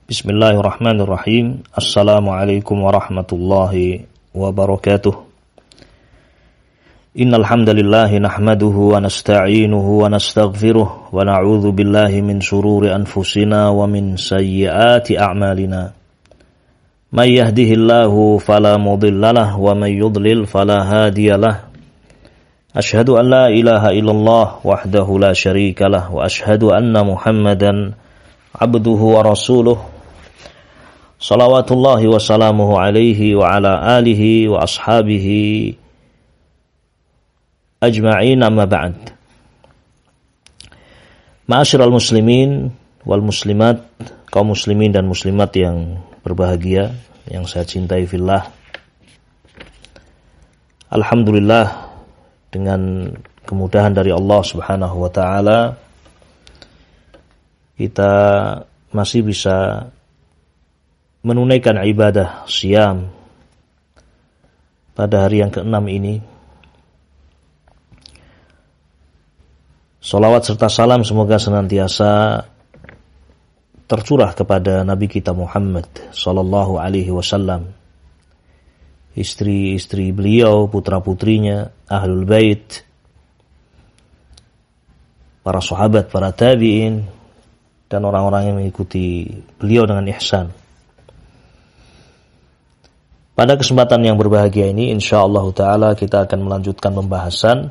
Bismillahirrahmanirrahim. Assalamualaikum warahmatullahi wabarakatuh. Innal hamdalillah nahmaduhu wa nasta'inuhu wa nastaghfiruh wa na'udzu billahi min shururi anfusina wa min sayyiati a'malina. May yahdihillahu fala mudhillalah wa may yudlil fala hadiyalah. Ashhadu an la ilaha illallah wahdahu la syarikalah wa ashhadu anna Muhammadan abduhu wa rasuluh. Salawatullahi wa salamuhu alaihi wa ala alihi wa ashabihi ajma'in, amma ba'd. Ma'asyiral muslimin wal muslimat, kaum muslimin dan muslimat yang berbahagia, yang saya cintai fillah. Alhamdulillah, dengan kemudahan dari Allah Subhanahu wa taala kita masih bisa menunaikan ibadah siyam pada hari yang ke-6 ini. Salawat serta salam semoga senantiasa tercurah kepada Nabi kita Muhammad sallallahu alaihi wasallam, istri-istri beliau, putra-putrinya, ahlul bait, para sahabat, para tabi'in, dan orang-orang yang mengikuti beliau dengan ihsan. Pada kesempatan yang berbahagia ini, insyaallah ta'ala kita akan melanjutkan pembahasan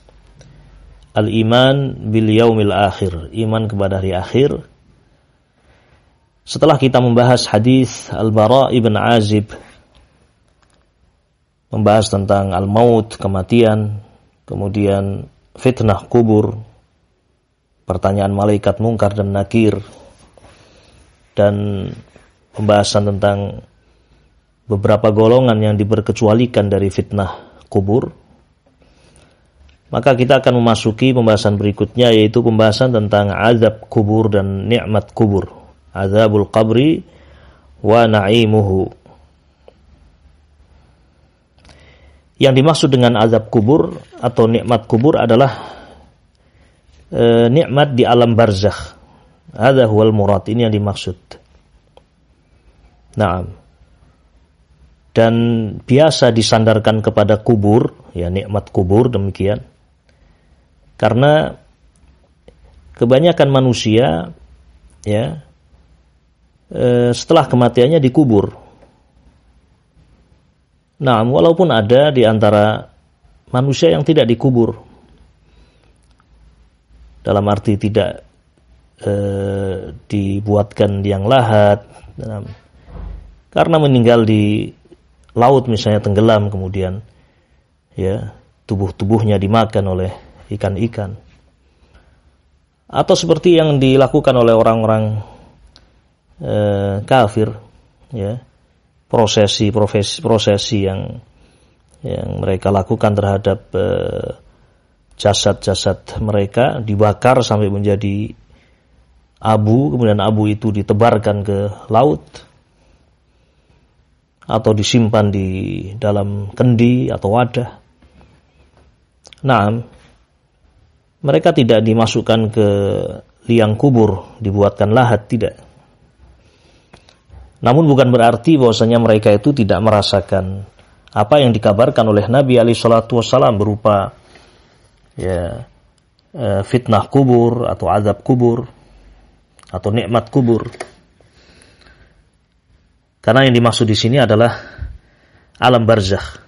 Al-Iman bil Yaumil Akhir, iman kepada hari akhir. Setelah kita membahas hadis Al-Bara ibn Azib, membahas tentang al-maut, kematian, kemudian fitnah kubur, pertanyaan malaikat Munkar dan Nakir, dan pembahasan tentang beberapa golongan yang diberkecualikan dari fitnah kubur, maka kita akan memasuki pembahasan berikutnya, yaitu pembahasan tentang azab kubur dan nikmat kubur, azabul qabri wa na'imuhu. Yang dimaksud dengan azab kubur atau nikmat kubur adalah nikmat di alam barzakh. Hadza huwal murad, ini yang dimaksud. Naam. Dan biasa disandarkan kepada kubur, ya, nikmat kubur demikian. Karena kebanyakan manusia, ya, setelah kematiannya dikubur. Nah, walaupun ada di antara manusia yang tidak dikubur, dalam arti tidak dibuatkan liang lahat, karena meninggal di laut misalnya, tenggelam, kemudian ya tubuh-tubuhnya dimakan oleh ikan-ikan, atau seperti yang dilakukan oleh orang-orang kafir, ya, prosesi yang mereka lakukan terhadap jasad-jasad mereka, dibakar sampai menjadi abu, kemudian abu itu ditebarkan ke laut atau disimpan di dalam kendi atau wadah. Nah, mereka tidak dimasukkan ke liang kubur, dibuatkan lahat, tidak. Namun bukan berarti bahwasanya mereka itu tidak merasakan apa yang dikabarkan oleh Nabi alaihi salatu wasallam berupa, ya, fitnah kubur atau azab kubur atau nikmat kubur. Karena yang dimaksud di sini adalah alam barzakh.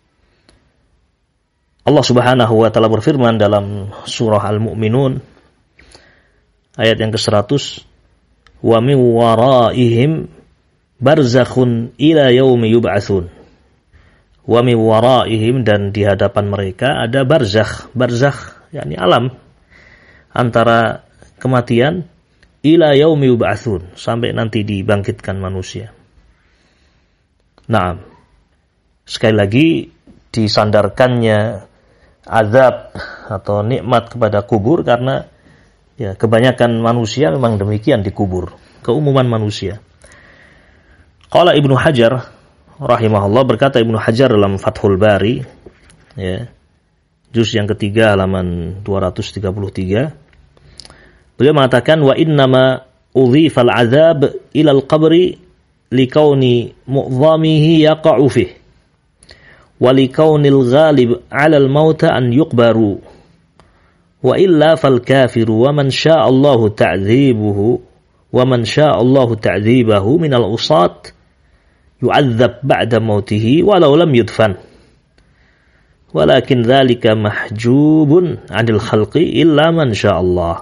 Allah Subhanahu wa taala berfirman dalam surah Al-Mu'minun ayat yang ke-100, "Wa min waraihim barzakhun ila yaumi yub'atsun." Wa min waraihim, dan di hadapan mereka ada barzakh. Barzakh yakni alam antara kematian ila yaumi yub'atsun, sampai nanti dibangkitkan manusia. Nah, sekali lagi disandarkannya azab atau nikmat kepada kubur karena, ya, kebanyakan manusia memang demikian dikubur, keumuman manusia. Qala Ibnu Hajar rahimahullah, berkata Ibnu Hajar dalam Fathul Bari, ya, juz yang ketiga halaman 233, beliau mengatakan, wa innama udhifa al-'adzab ila al-qabri likauni mu'dhamihi yaqa'u fihi wa likaunil ghalib 'ala al-mauta an yuqbaru wa illa fal kafiru wa man syaa'a Allahu ta'dzibuhu wa man syaa'a Allahu ta'dzibahu minal usat yu'adzab ba'da mautihi walau lam yudfan walakin dzalika mahjubun 'anil khalqi illa man syaa'a Allah.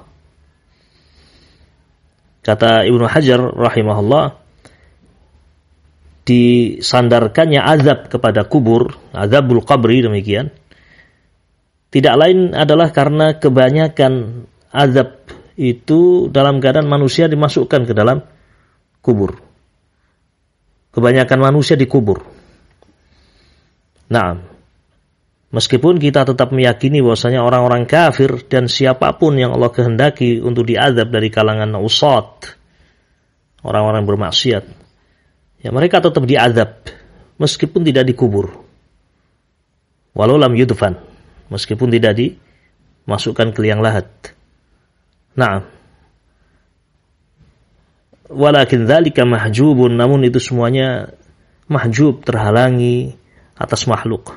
Kata Ibnu Hajar rahimahullah, disandarkannya azab kepada kubur, azabul qabri demikian, tidak lain adalah karena kebanyakan azab itu dalam keadaan manusia dimasukkan ke dalam kubur. Kebanyakan manusia dikubur. Nah, meskipun kita tetap meyakini bahwasanya orang-orang kafir dan siapapun yang Allah kehendaki untuk diazab dari kalangan usat, orang-orang bermaksiat, ya mereka tetap diazab meskipun tidak dikubur. Walau lam yudfan, meskipun tidak dimasukkan ke liang lahat. Nah, walakin dzalika mahjubun, namun itu semuanya mahjub, terhalangi atas makhluk.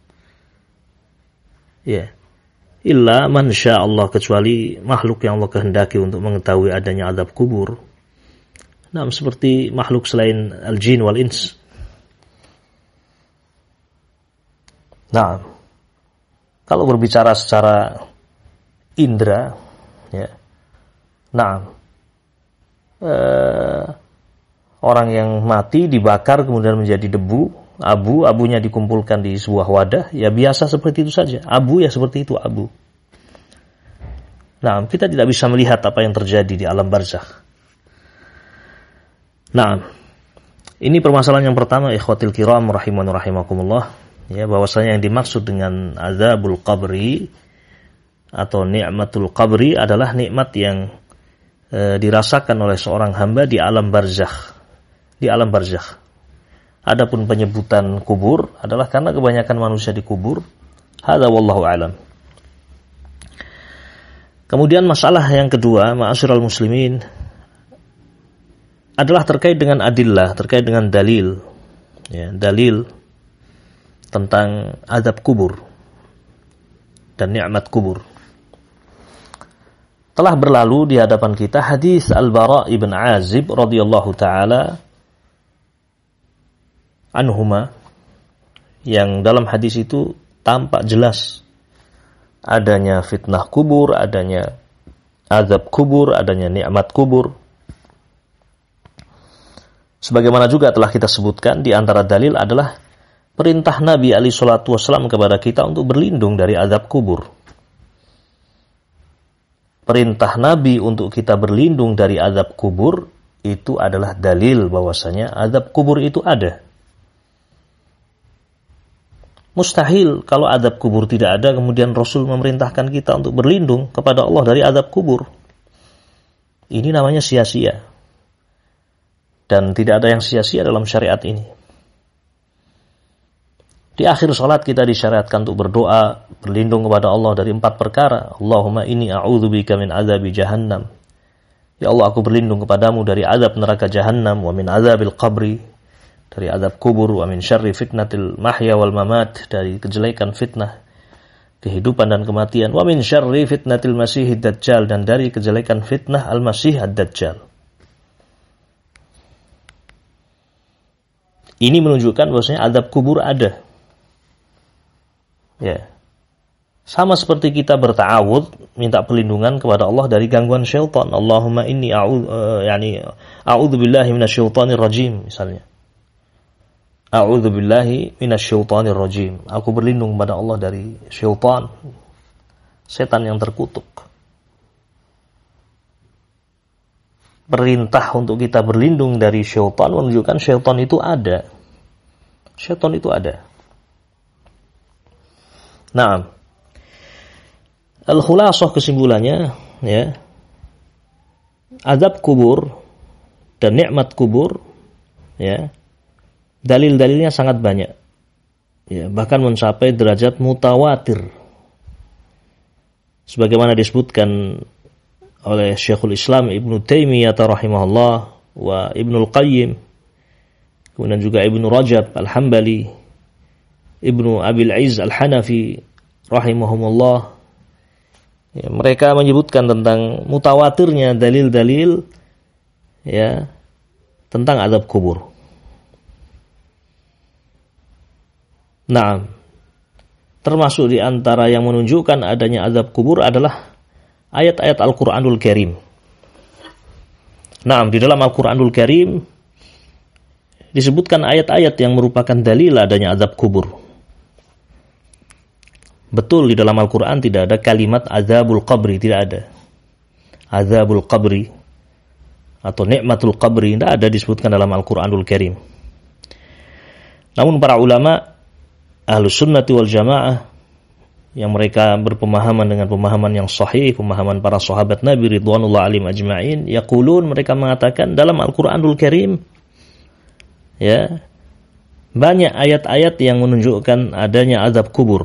Ya. Illa man syaa Allah, kecuali makhluk yang Allah kehendaki untuk mengetahui adanya azab kubur. Nah, seperti makhluk selain al-jin wal ins. Nah, kalau berbicara secara indera, ya, nah, orang yang mati dibakar kemudian menjadi debu, abunya dikumpulkan di sebuah wadah, ya biasa seperti itu saja. Abu ya seperti itu, abu. Nah, kita tidak bisa melihat apa yang terjadi di alam barzakh. Nah, ini permasalahan yang pertama, ikhwatil kiram rahimani rahimakumullah, ya, bahwasanya yang dimaksud dengan azabul qabri atau nikmatul qabri adalah nikmat yang dirasakan oleh seorang hamba di alam barzakh. Di alam barzakh. Adapun penyebutan kubur adalah karena kebanyakan manusia dikubur. Hadza wallahu a'lam. Kemudian masalah yang kedua, ma'asyiral muslimin, adalah terkait dengan adillah, terkait dengan dalil. Ya, dalil tentang azab kubur dan nikmat kubur. Telah berlalu di hadapan kita hadis Al-Bara' ibn Azib radhiyallahu taala anhuma, yang dalam hadis itu tampak jelas adanya fitnah kubur, adanya azab kubur, adanya nikmat kubur. Sebagaimana juga telah kita sebutkan, di antara dalil adalah perintah Nabi alaihi salatu wasallam kepada kita untuk berlindung dari azab kubur. Perintah Nabi untuk kita berlindung dari azab kubur itu adalah dalil bahwasanya azab kubur itu ada. Mustahil kalau azab kubur tidak ada kemudian Rasul memerintahkan kita untuk berlindung kepada Allah dari azab kubur. Ini namanya sia-sia. Dan tidak ada yang sia-sia dalam syariat ini. Di akhir salat kita disyariatkan untuk berdoa, berlindung kepada Allah dari 4 perkara. Allahumma inni a'udzubika min azabi jahannam. Ya Allah, aku berlindung kepadamu dari azab neraka jahannam, wa min azabil qabri, dari azab kubur, wa min syarri fitnatil mahya wal mamat, dari kejelekan fitnah kehidupan dan kematian, wa min syarri fitnatil masihid dajjal, dan dari kejelekan fitnah al-masih ad-dajjal. Ini menunjukkan bahwasanya azab kubur ada. Ya. Sama seperti kita berta'awudz, minta perlindungan kepada Allah dari gangguan syaitan. Allahumma inni a'udzu billahi minasyaitonir rajim misalnya. A'udzu billahi minasyaitonir rajim. Aku berlindung kepada Allah dari syaitan, setan yang terkutuk. Perintah untuk kita berlindung dari syaitan menunjukkan syaitan itu ada. Syaitan itu ada. Nah, al-khulasah kesimpulannya, ya, azab kubur dan nikmat kubur, ya, dalil-dalilnya sangat banyak, ya, bahkan mencapai derajat mutawatir. Sebagaimana disebutkan oleh Syekhul Islam Ibnu Taimiyah rahimahullah wa Ibnul Qayyim, kemudian juga Ibnu Rajab Al-Hambali, Ibnu Abil Izz Al-Hanafi rahimahumullah. Ya, mereka menyebutkan tentang mutawatirnya dalil-dalil ya tentang azab kubur. Nah, termasuk di antara yang menunjukkan adanya azab kubur adalah ayat-ayat Al-Qur'anul Karim. Nah, di dalam Al-Qur'anul Karim disebutkan ayat-ayat yang merupakan dalil adanya azab kubur. Betul, di dalam Al-Qur'an tidak ada kalimat azabul qabri, tidak ada. Azabul qabri atau nikmatul qabri tidak ada disebutkan dalam Al-Qur'anul Karim. Namun para ulama Ahlus Sunnati wal Jamaah yang mereka berpemahaman dengan pemahaman yang sahih, pemahaman para sahabat Nabi ridwanullah alaihim ajma'in, yaqulun, mereka mengatakan dalam Al-Qur'anul Karim ya banyak ayat-ayat yang menunjukkan adanya azab kubur.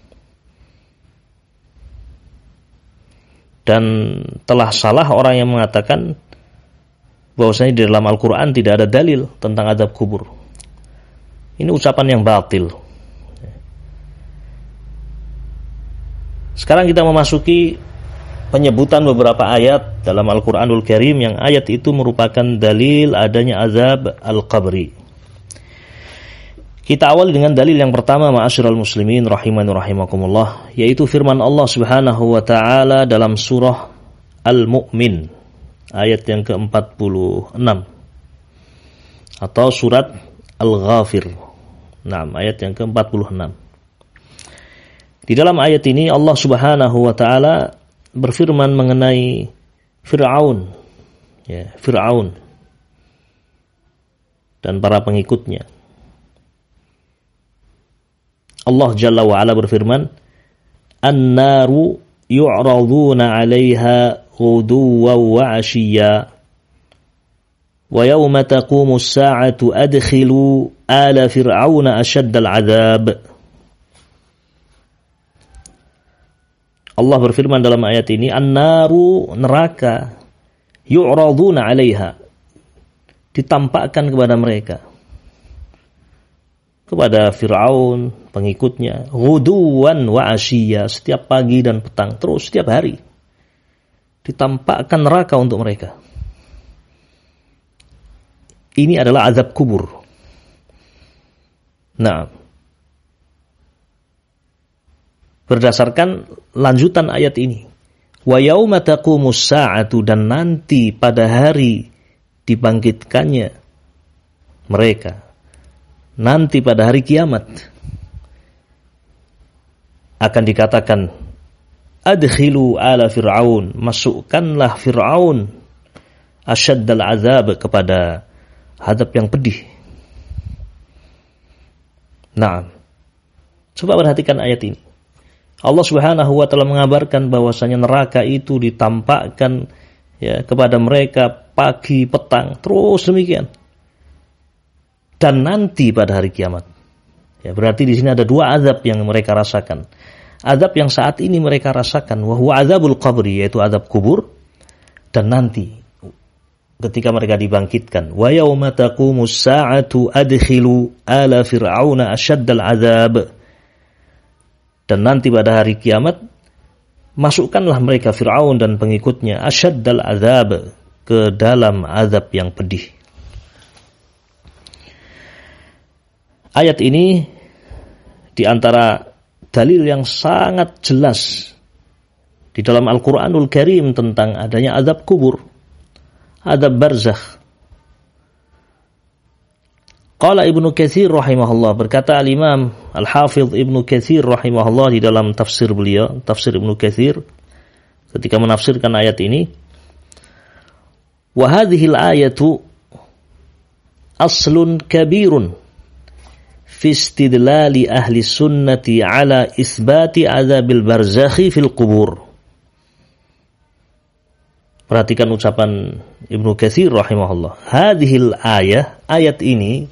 Dan telah salah orang yang mengatakan bahwasanya di dalam Al-Qur'an tidak ada dalil tentang azab kubur. Ini ucapan yang batil. Sekarang kita memasuki penyebutan beberapa ayat dalam Al-Qur'anul Karim yang ayat itu merupakan dalil adanya azab al-qabri. Kita awali dengan dalil yang pertama, ma'asyiral muslimin rahimani rahimakumullah, yaitu firman Allah Subhanahu wa taala dalam surah Al-Mu'min ayat yang ke-46 atau surat Al-Ghafir. Nah, ayat yang ke-46. Di dalam ayat ini Allah Subhanahu wa taala berfirman mengenai Fir'aun, ya, Fir'aun dan para pengikutnya. Allah Jalla wa Ala berfirman, "An-naru yu'raduna 'alaiha ghuduwwan wa 'ashiyya wa yawma taqumu as-sa'atu adkhilu ala fir'auna ashaddal 'adzab." Allah berfirman dalam ayat ini, an-naru, neraka, yu'raduna 'alaiha, ditampakkan kepada mereka, kepada Fir'aun, pengikutnya, ghuduwan wa asyiya, setiap pagi dan petang, terus setiap hari ditampakkan neraka untuk mereka. Ini adalah azab kubur. Nah, berdasarkan lanjutan ayat ini, wa yauma taqumus sa'atu, dan nanti pada hari dibangkitkannya mereka, nanti pada hari kiamat akan dikatakan, adkhilu ala fir'aun, masukkanlah Fir'aun asyaddal azab, kepada azab yang pedih. Nah, coba perhatikan ayat ini. Allah Subhanahu wa taala mengabarkan bahwasanya neraka itu ditampakkan ya kepada mereka pagi, petang, terus demikian. Dan nanti pada hari kiamat. Ya, berarti di sini ada dua azab yang mereka rasakan. Azab yang saat ini mereka rasakan, wa huwa azabul qabri, yaitu azab kubur, dan nanti ketika mereka dibangkitkan, wa yauma taqumus sa'atu adkhilu ala fir'auna asyaddal azab, dan nanti pada hari kiamat masukkanlah mereka Fir'aun dan pengikutnya asyaddal azab, ke dalam azab yang pedih. Ayat ini di antara dalil yang sangat jelas di dalam Al-Qur'anul Karim tentang adanya azab kubur, azab barzakh. Qala Ibnu Katsir rahimahullah, berkata al-Imam Al-Hafidh Ibnu Katsir rahimahullah di dalam tafsir beliau, tafsir Ibnu Katsir, ketika menafsirkan ayat ini, wa hadhil ayatu aslun kabirun fi istidlali ahli sunnati ala isbati azabil barzakhi fil qubur. Perhatikan ucapan Ibnu Katsir rahimahullah. Hadhil ayah, ayat ini,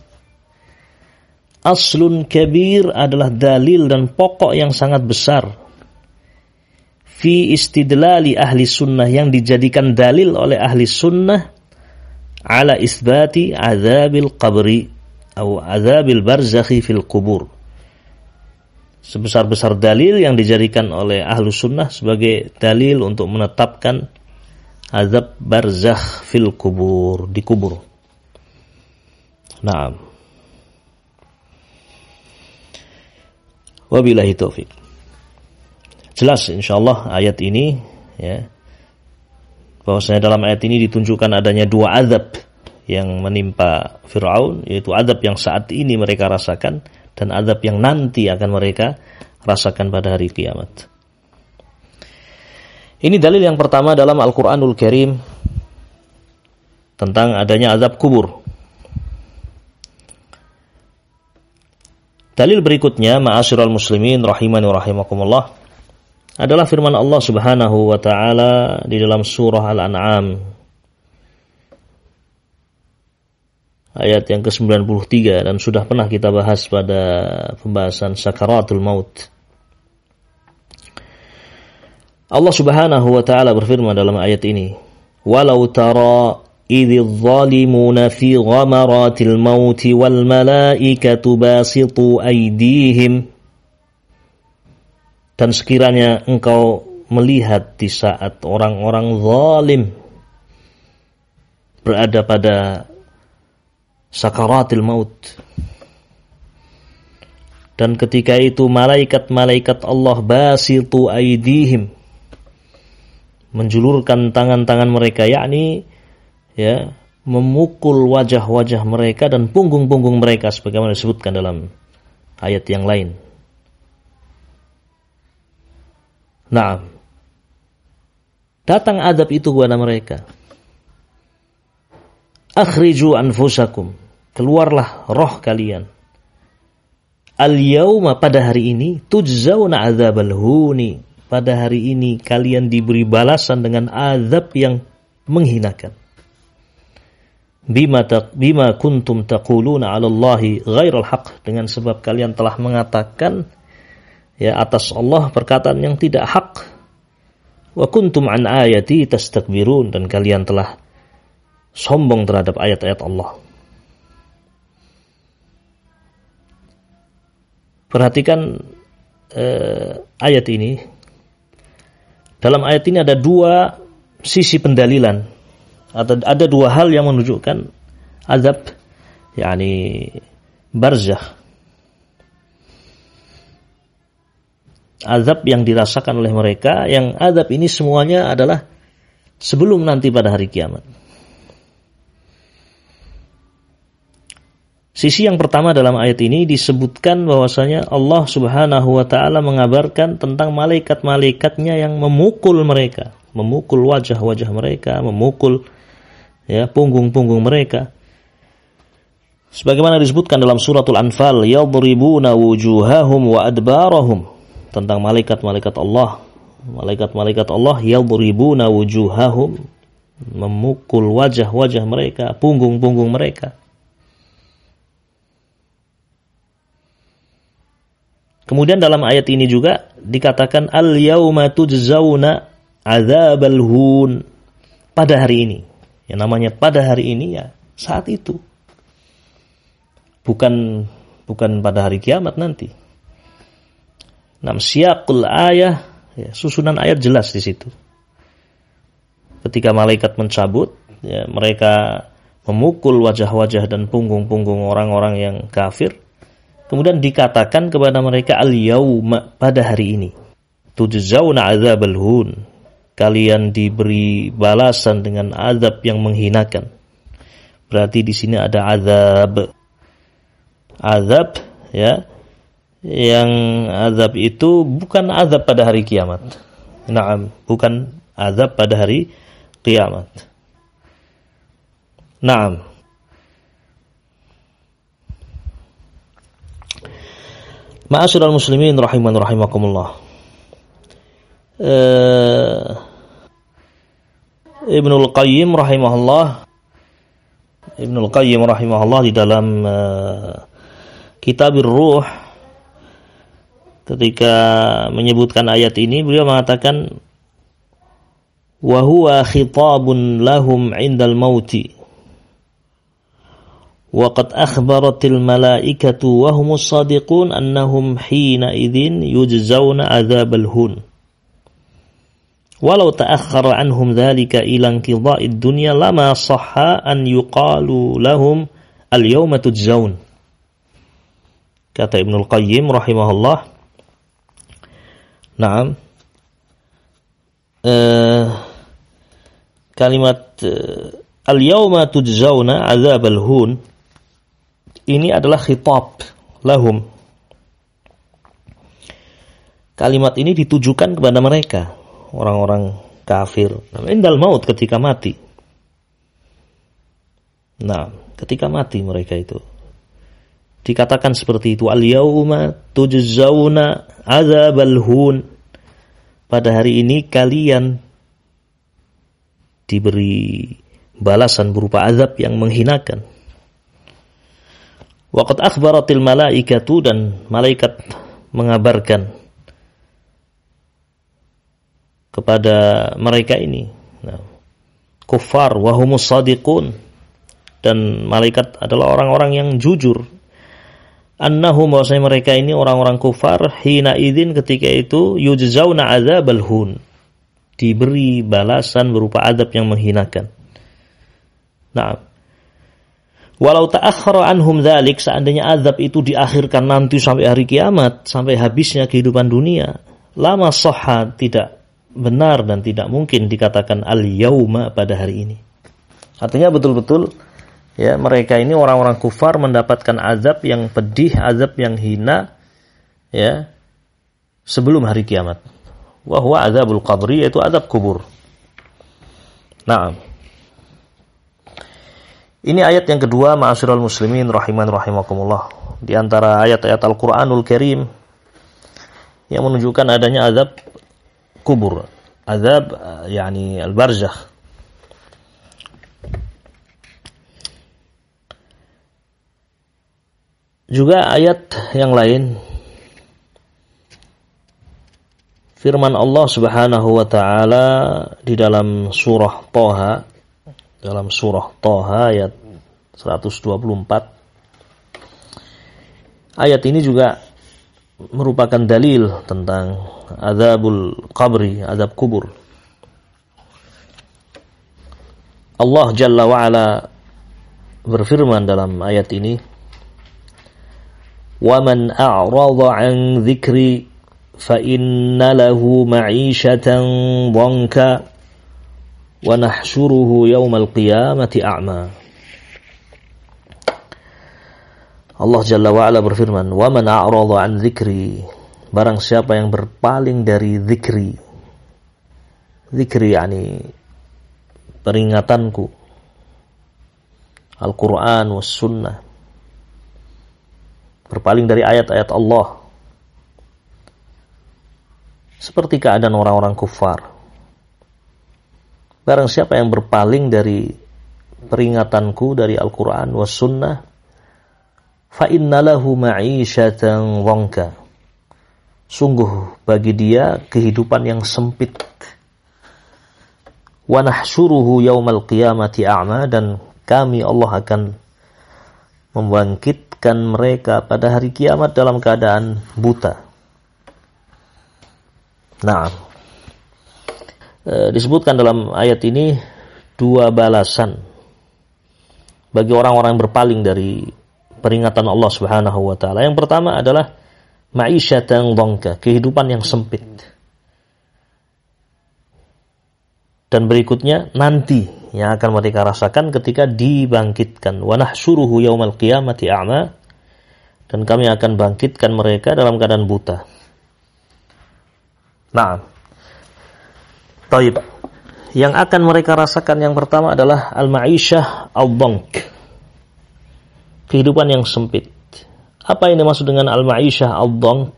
aslun kabir, adalah dalil dan pokok yang sangat besar, fi istidlali ahli sunnah, yang dijadikan dalil oleh ahli sunnah ala isbati azabil qabri atau azabil barzakhi fil kubur. Sebesar-besar dalil yang dijadikan oleh ahlu sunnah sebagai dalil untuk menetapkan azab barzakh fil kubur, di kubur. Naam. Wabillahi taufik. Jelas insyaallah ayat ini, ya, bahwasanya dalam ayat ini ditunjukkan adanya dua azab yang menimpa Fir'aun, yaitu azab yang saat ini mereka rasakan dan azab yang nanti akan mereka rasakan pada hari kiamat. Ini dalil yang pertama dalam Al-Qur'anul Karim tentang adanya azab kubur. Dalil berikutnya, ma'asyiral muslimin rahimani wa rahimakumullah, adalah firman Allah Subhanahu wa taala di dalam surah Al-An'am ayat yang ke-93, dan sudah pernah kita bahas pada pembahasan sakaratul maut. Allah Subhanahu wa taala berfirman dalam ayat ini, "Walau tara idz zalimuna fi ghamaratil maut wal malaikatu basitu aydihim." Dan sekiranya engkau melihat di saat orang-orang zalim berada pada sakaratil maut, dan ketika itu malaikat-malaikat Allah basitu aydihim, menjulurkan tangan-tangan mereka, yakni ya, memukul wajah-wajah mereka dan punggung-punggung mereka sebagaimana disebutkan dalam ayat yang lain. Nah, datang adab itu kepada mereka. Akhriju anfusakum, keluarlah roh kalian. Al-yauma, pada hari ini, tujzauna adzabal huni, pada hari ini kalian diberi balasan dengan azab yang menghinakan. Bima kuntum taquluna 'ala Allahi ghairal haqq, dengan sebab kalian telah mengatakan ya atas Allah perkataan yang tidak hak. Wa kuntum an ayati tastakbirun, dan kalian telah sombong terhadap ayat-ayat Allah. Perhatikan ayat ini. Dalam ayat ini ada dua sisi pendalilan. Ada dua hal yang menunjukkan azab, yakni barzakh. Azab yang dirasakan oleh mereka, yang azab ini semuanya adalah sebelum nanti pada hari kiamat. Sisi yang pertama dalam ayat ini disebutkan bahwasanya Allah Subhanahu wa taala mengabarkan tentang malaikat-malaikatnya yang memukul mereka, memukul wajah-wajah mereka, memukul ya punggung-punggung mereka. Sebagaimana disebutkan dalam suratul Anfal, yadribuna wujuhahum wa adbarahum, tentang malaikat-malaikat Allah. Malaikat-malaikat Allah yadribuna wujuhahum, memukul wajah-wajah mereka, punggung-punggung mereka. Kemudian dalam ayat ini juga dikatakan al-yauma tujzauna adzabal hun, pada hari ini. Yang namanya pada hari ini ya saat itu. Bukan pada hari kiamat nanti. Siyaqul ayah, ya, susunan ayat jelas di situ. Ketika malaikat mencabut, ya, mereka memukul wajah-wajah dan punggung-punggung orang-orang yang kafir. Kemudian dikatakan kepada mereka al-yauma, pada hari ini, tujzauna adzabal hun, kalian diberi balasan dengan azab yang menghinakan. Berarti di sini ada azab ya, yang azab itu bukan azab pada hari kiamat. Naam, bukan azab pada hari kiamat. Naam. Ma'asyiral muslimin rahiman rahimakumullah. Ibnul Qayyim rahimahullah di dalam Kitabir Ruh, ketika menyebutkan ayat ini, beliau mengatakan wa huwa khitabun lahum 'indal mauti wa qad akhbaratil malaikatu wa humus shadiqun annahum hina idzin yujzauna adzabal hun walau ta'akhkhara anhum dzalika ila inqidha'id dunya lama sahha an yuqalu lahum al-yawma tujzaun. Kata Ibnul Qayyim rahimahullah, na'am, kalimat al-yawma tujzauna adzabal hun ini adalah khitab lahum. Kalimat ini ditujukan kepada mereka, orang-orang kafir. Indal maut, ketika mati. Nah, ketika mati mereka itu dikatakan seperti itu. Al-yawma tujzauna adzabal hun. Pada hari ini kalian diberi balasan berupa azab yang menghinakan. Waqad akhbaratil malaikatu, dan malaikat mengabarkan kepada mereka ini, kuffar wa humus shadiqun, dan malaikat adalah orang-orang yang jujur, annahum, bahwasanya mereka ini orang-orang kufar, hina idzin, ketika itu, yujzauna adzabal hun, diberi balasan berupa azab yang menghinakan. Nah, walau ta'akhkhara anhum dzalik, seandainya azab itu diakhirkan nanti sampai hari kiamat, sampai habisnya kehidupan dunia, lama sahha, tidak benar dan tidak mungkin dikatakan al-yauma, pada hari ini. Artinya betul-betul ya, mereka ini orang-orang kufar mendapatkan azab yang pedih, azab yang hina ya, sebelum hari kiamat. Wa huwa azabul qabri, yaitu azab kubur. Nah, ini ayat yang kedua, ma'asyiral muslimin rahiman rahimakumullah, di antara ayat-ayat Al-Qur'anul Karim yang menunjukkan adanya azab kubur, azab yakni al-barzakh. Juga ayat yang lain, firman Allah Subhanahu wa taala di dalam surah Thaha, dalam surah Thaha ayat 124. Ayat ini juga merupakan dalil tentang azabul qabri, azab kubur. Allah Jalla wa Ala berfirman dalam ayat ini, "Wa man a'rada 'an dzikri fa inna lahu ma'ishatan dhanka wa nahsyuruhu yaumal qiyamati a'ma." Allah Jalla wa Ala berfirman, "Wa man a'rada 'an dzikri", barang siapa yang berpaling dari zikri. Zikri yakni peringatanku, Al-Qur'an was sunnah. Berpaling dari ayat-ayat Allah. Seperti keadaan orang-orang kufar. Barang siapa yang berpaling dari peringatanku, dari Al-Quran was sunnah, fa inna lahu ma'isyatan dhanka, sungguh bagi dia kehidupan yang sempit. Wa nahsyuruhu yaumal qiyamati a'ma, dan kami Allah akan membangkitkan mereka pada hari kiamat dalam keadaan buta. Nah, disebutkan dalam ayat ini dua balasan bagi orang-orang yang berpaling dari peringatan Allah Subhanahu wa taala. Yang pertama adalah ma'isyatan dhanka, kehidupan yang sempit. Dan berikutnya nanti yang akan mereka rasakan ketika dibangkitkan. Wa nahsyuruhu yaumal qiyamati a'ma, dan kami akan bangkitkan mereka dalam keadaan buta. Nah, taib. Yang akan mereka rasakan yang pertama adalah al-ma'isyah al-dhank, kehidupan yang sempit. Apa yang dimaksud dengan al-ma'isyah al-dhank?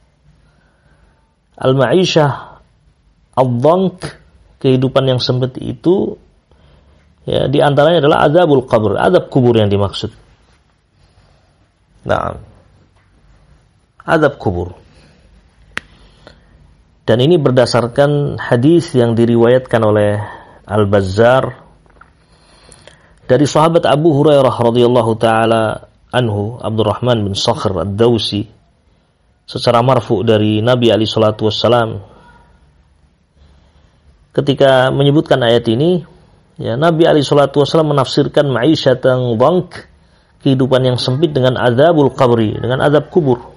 Al-ma'isyah al-dhank, kehidupan yang sempit itu ya, di antaranya adalah azabul qabr, azab kubur yang dimaksud. Nah, azab kubur. Dan ini berdasarkan hadis yang diriwayatkan oleh Al-Bazzar dari sahabat Abu Hurairah radhiyallahu taala anhu, Abdurrahman bin Sakhr ad-Dawsi, secara marfu dari Nabi alaihi salatu wassalam. Ketika menyebutkan ayat ini, ya, Nabi alaihi salatu wassalam menafsirkan ma'isyatan dhank, kehidupan yang sempit, dengan azabul qabri, dengan azab kubur.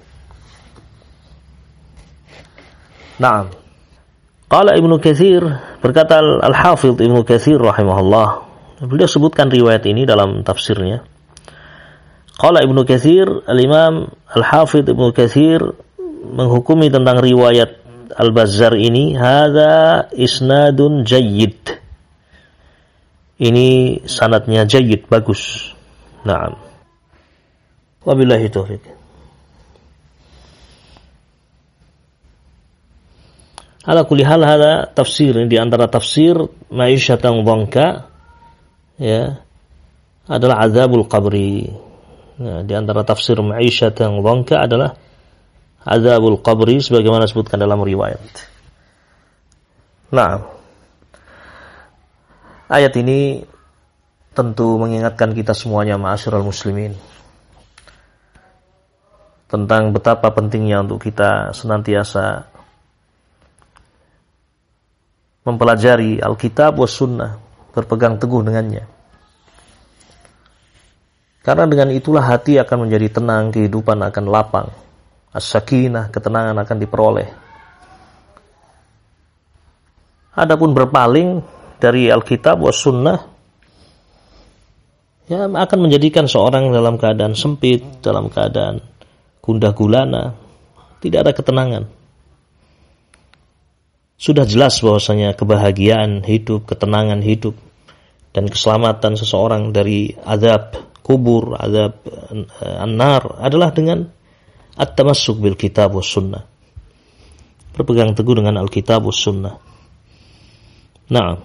Naam. Qala Ibnu Katsir, berkata Al-Hafidz Ibnu Katsir rahimahullah, beliau sebutkan riwayat ini dalam tafsirnya. Qala Ibnu Katsir, Al-Imam Al-Hafidz Ibnu Katsir menghukumi tentang riwayat Al-Bazzar ini, hadza isnadun jayyid. Ini sanadnya jayyid, bagus. Naam. Wabillahi taufiq. Ala kulli hal, hada tafsir, di antara tafsir ma'isyatan dhanka, ya, adalah azabul qabri. Nah, di antara tafsir ma'isyatan dhanka adalah azabul qabri sebagaimana disebutkan dalam riwayat. Nah, ayat ini tentu mengingatkan kita semuanya, ma'asyiral muslimin, tentang betapa pentingnya untuk kita senantiasa mempelajari Alkitab was sunnah, berpegang teguh dengannya. Karena dengan itulah hati akan menjadi tenang, kehidupan akan lapang, as-sakinah, ketenangan akan diperoleh. Adapun berpaling dari Alkitab was sunnah, ya, akan menjadikan seorang dalam keadaan sempit, dalam keadaan gundah gulana, tidak ada ketenangan. Sudah jelas bahwasanya kebahagiaan hidup, ketenangan hidup, dan keselamatan seseorang dari azab kubur, azab an-nar adalah dengan at-tamassuk bil kitab was sunnah, berpegang teguh dengan Alkitab was sunnah. Nah,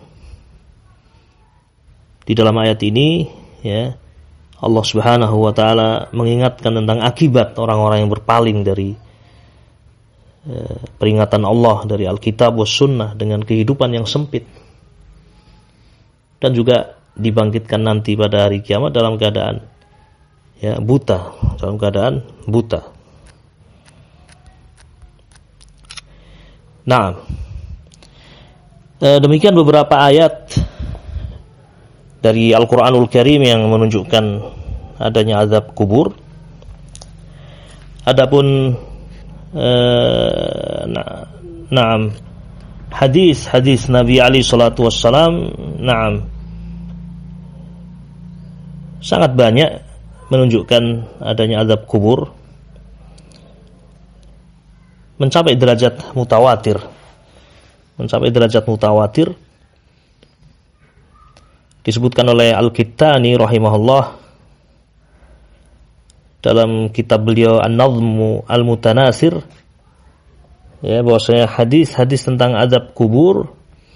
di dalam ayat ini, ya, Allah Subhanahu wa taala mengingatkan tentang akibat orang-orang yang berpaling dari peringatan Allah, dari Alkitab was sunnah, dengan kehidupan yang sempit, dan juga dibangkitkan nanti pada hari kiamat dalam keadaan, ya, buta, dalam keadaan buta. Nah, demikian beberapa ayat dari Al-Quranul Karim yang menunjukkan adanya azab kubur. Adapun hadis Nabi alaihi salatu wassalam, sangat banyak menunjukkan adanya azab kubur, mencapai derajat mutawatir. Disebutkan oleh Al-Kittani rahimahullah dalam kitab beliau An-Nazmu Al-Mutanasir, ya, bahwasanya hadis-hadis tentang azab kubur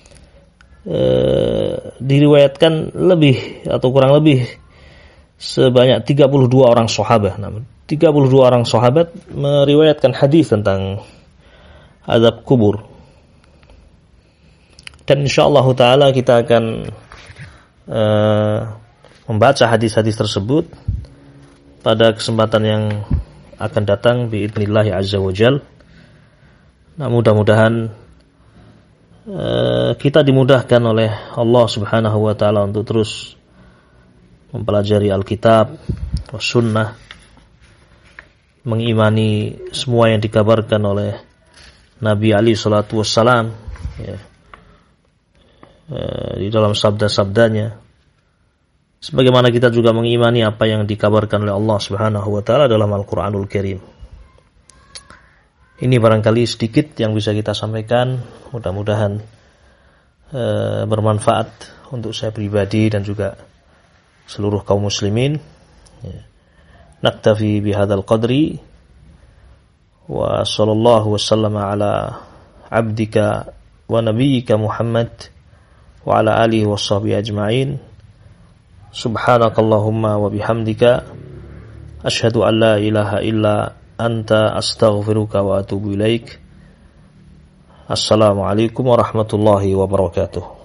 diriwayatkan lebih atau kurang lebih sebanyak 32 orang sahabat. 32 orang sahabat meriwayatkan hadis tentang azab kubur. Dan insyaallah taala kita akan membaca hadis-hadis tersebut pada kesempatan yang akan datang biidznillah azza wajal. Nah, mudah-mudahan kita dimudahkan oleh Allah Subhanahu wa taala untuk terus mempelajari Alkitab was sunnah, mengimani semua yang dikabarkan oleh Nabi alaihi salatu wassalam, ya, di dalam sabda-sabdanya, sebagaimana kita juga mengimani apa yang dikabarkan oleh Allah Subhanahu wa taala dalam Al-Qur'anul Karim. Ini barangkali sedikit yang bisa kita sampaikan, mudah-mudahan bermanfaat untuk saya pribadi dan juga seluruh kaum muslimin. Naktafi bihadzal qadri wa sallallahu wasallama ala abdika wa nabiyyika Muhammad wa ala alihi washabbihi ajma'in. Subhanakallahumma wa bihamdika asyhadu an la ilaha illa anta astaghfiruka wa atubu ilaik. Assalamualaikum warahmatullahi wabarakatuh.